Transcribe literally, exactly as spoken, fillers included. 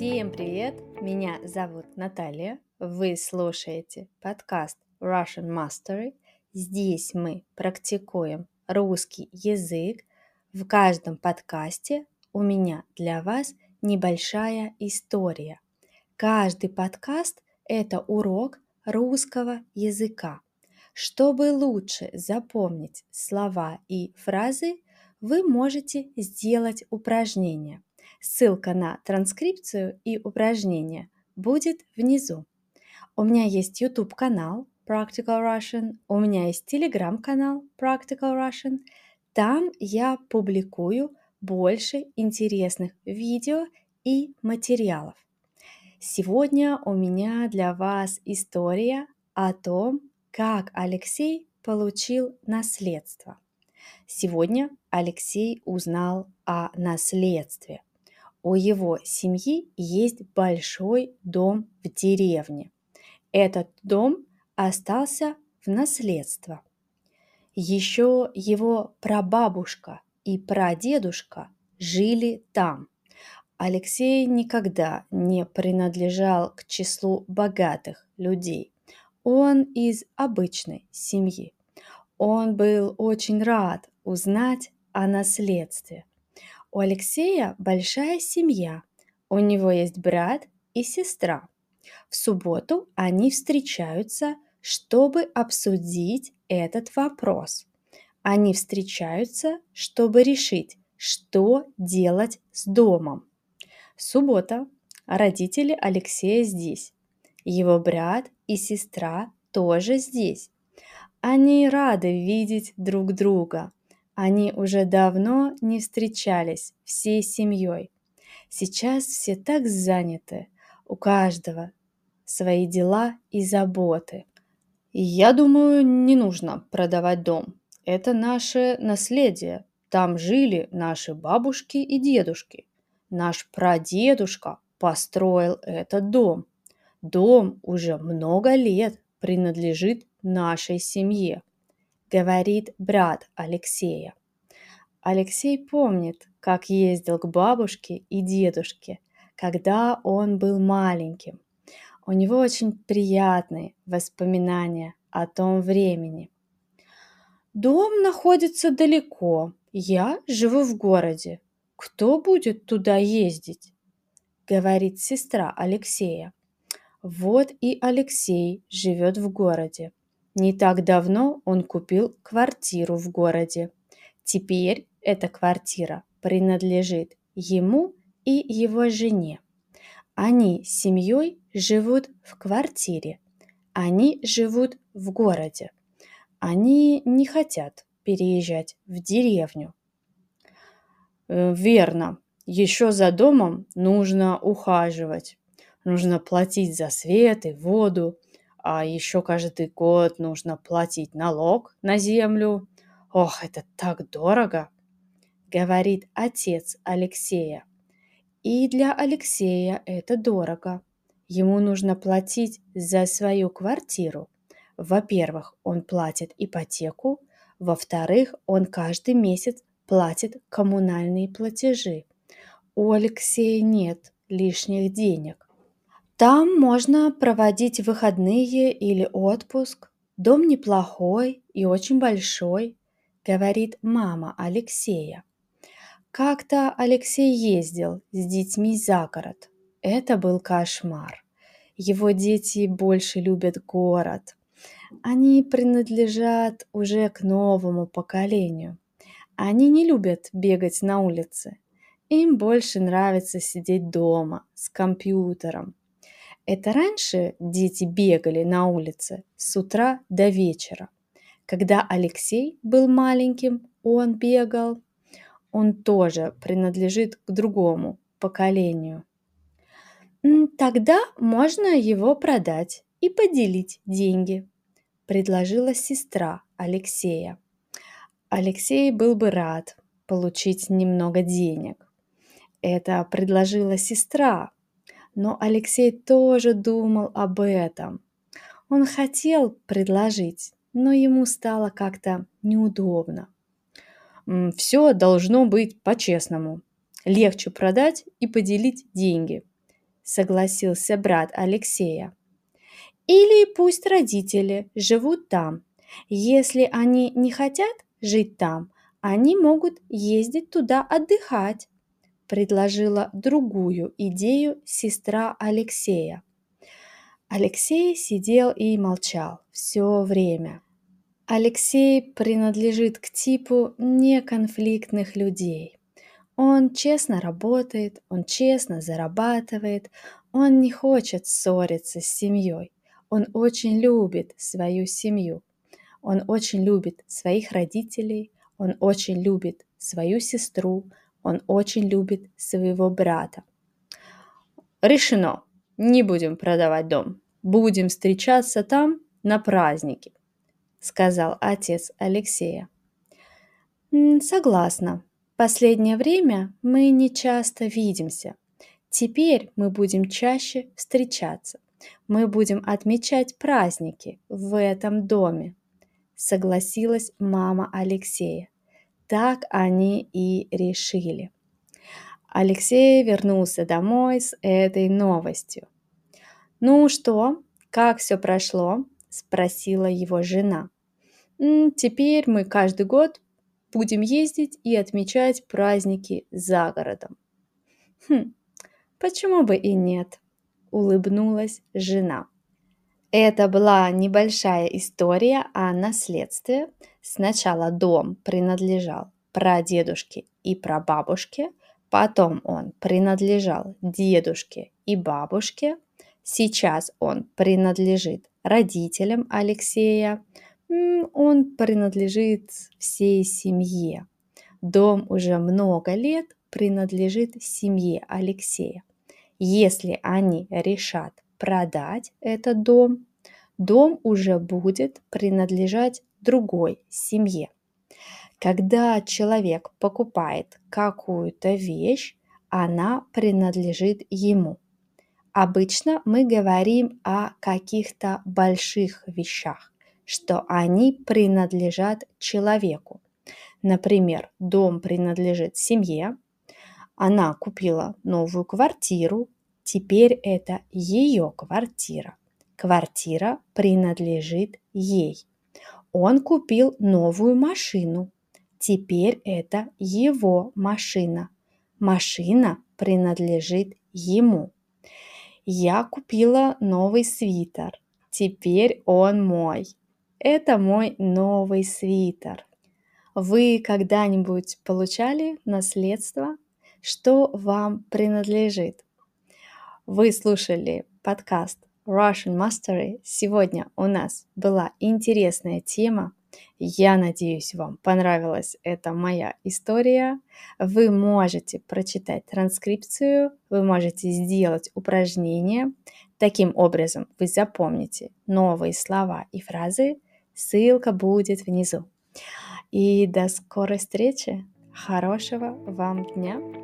Всем привет! Меня зовут Наталья. Вы слушаете подкаст Russian Mastery. Здесь мы практикуем русский язык. В каждом подкасте у меня для вас небольшая история. Каждый подкаст – это урок русского языка. Чтобы лучше запомнить слова и фразы, вы можете сделать упражнение. Ссылка на транскрипцию и упражнение будет внизу. У меня есть YouTube-канал Practical Russian, у меня есть Telegram-канал Practical Russian. Там я публикую больше интересных видео и материалов. Сегодня у меня для вас история о том, как Алексей получил наследство. Сегодня Алексей узнал о наследстве. У его семьи есть большой дом в деревне. Этот дом остался в наследство. Еще его прабабушка и прадедушка жили там. Алексей никогда не принадлежал к числу богатых людей. Он из обычной семьи. Он был очень рад узнать о наследстве. У Алексея большая семья. У него есть брат и сестра. В субботу они встречаются, чтобы обсудить этот вопрос. Они встречаются, чтобы решить, что делать с домом. Суббота. Родители Алексея здесь. Его брат и сестра тоже здесь. Они рады видеть друг друга. Они уже давно не встречались всей семьей. Сейчас все так заняты. У каждого свои дела и заботы. Я думаю, не нужно продавать дом. Это наше наследие. Там жили наши бабушки и дедушки. Наш прадедушка построил этот дом. Дом уже много лет принадлежит нашей семье, говорит брат Алексея. Алексей помнит, как ездил к бабушке и дедушке, когда он был маленьким. У него очень приятные воспоминания о том времени. Дом находится далеко. Я живу в городе. Кто будет туда ездить? Говорит сестра Алексея. Вот и Алексей живет в городе. Не так давно он купил квартиру в городе. Теперь эта квартира принадлежит ему и его жене. Они с семьей живут в квартире. Они живут в городе. Они не хотят переезжать в деревню. Верно. Еще за домом нужно ухаживать. Нужно платить за свет и воду. А еще каждый год нужно платить налог на землю. Ох, это так дорого, говорит отец Алексея. И для Алексея это дорого. Ему нужно платить за свою квартиру. Во-первых, он платит ипотеку. Во-вторых, он каждый месяц платит коммунальные платежи. У Алексея нет лишних денег. Там можно проводить выходные или отпуск. Дом неплохой и очень большой, говорит мама Алексея. Как-то Алексей ездил с детьми за город. Это был кошмар. Его дети больше любят город. Они принадлежат уже к новому поколению. Они не любят бегать на улице. Им больше нравится сидеть дома с компьютером. Это раньше дети бегали на улице с утра до вечера. Когда Алексей был маленьким, он бегал. Он тоже принадлежит к другому поколению. Тогда можно его продать и поделить деньги, предложила сестра Алексея. Алексей был бы рад получить немного денег. Это предложила сестра, но Алексей тоже думал об этом. Он хотел предложить, но ему стало как-то неудобно. Все должно быть по-честному. Легче продать и поделить деньги, согласился брат Алексея. Или пусть родители живут там. Если они не хотят жить там, они могут ездить туда отдыхать, предложила другую идею сестра Алексея. Алексей сидел и молчал все время. Алексей принадлежит к типу неконфликтных людей. Он честно работает, он честно зарабатывает, он не хочет ссориться с семьей. Он очень любит свою семью. Он очень любит своих родителей, он очень любит свою сестру, он очень любит своего брата. Решено, не будем продавать дом, будем встречаться там на празднике, сказал отец Алексея. Согласна. Последнее время мы не часто видимся. Теперь мы будем чаще встречаться. Мы будем отмечать праздники в этом доме, согласилась мама Алексея. Так они и решили. Алексей вернулся домой с этой новостью. «Ну что, как все прошло?» – спросила его жена. «Теперь мы каждый год будем ездить и отмечать праздники за городом». «Хм, почему бы и нет?» – улыбнулась жена. Это была небольшая история о наследстве. Сначала дом принадлежал прадедушке и прабабушке, потом он принадлежал дедушке и бабушке, сейчас он принадлежит родителям Алексея, он принадлежит всей семье. Дом уже много лет принадлежит семье Алексея. Если они решат продать этот дом, дом уже будет принадлежать другой семье. Когда человек покупает какую-то вещь, она принадлежит ему. Обычно мы говорим о каких-то больших вещах, что они принадлежат человеку. Например, дом принадлежит семье, она купила новую квартиру, теперь это ее квартира. Квартира принадлежит ей. Он купил новую машину. Теперь это его машина. Машина принадлежит ему. Я купила новый свитер. Теперь он мой. Это мой новый свитер. Вы когда-нибудь получали наследство? Что вам принадлежит? Вы слушали подкаст Russian Mastery. Сегодня у нас была интересная тема. Я надеюсь, вам понравилась эта моя история. Вы можете прочитать транскрипцию, вы можете сделать упражнение. Таким образом, вы запомните новые слова и фразы. Ссылка будет внизу. И до скорой встречи. Хорошего вам дня.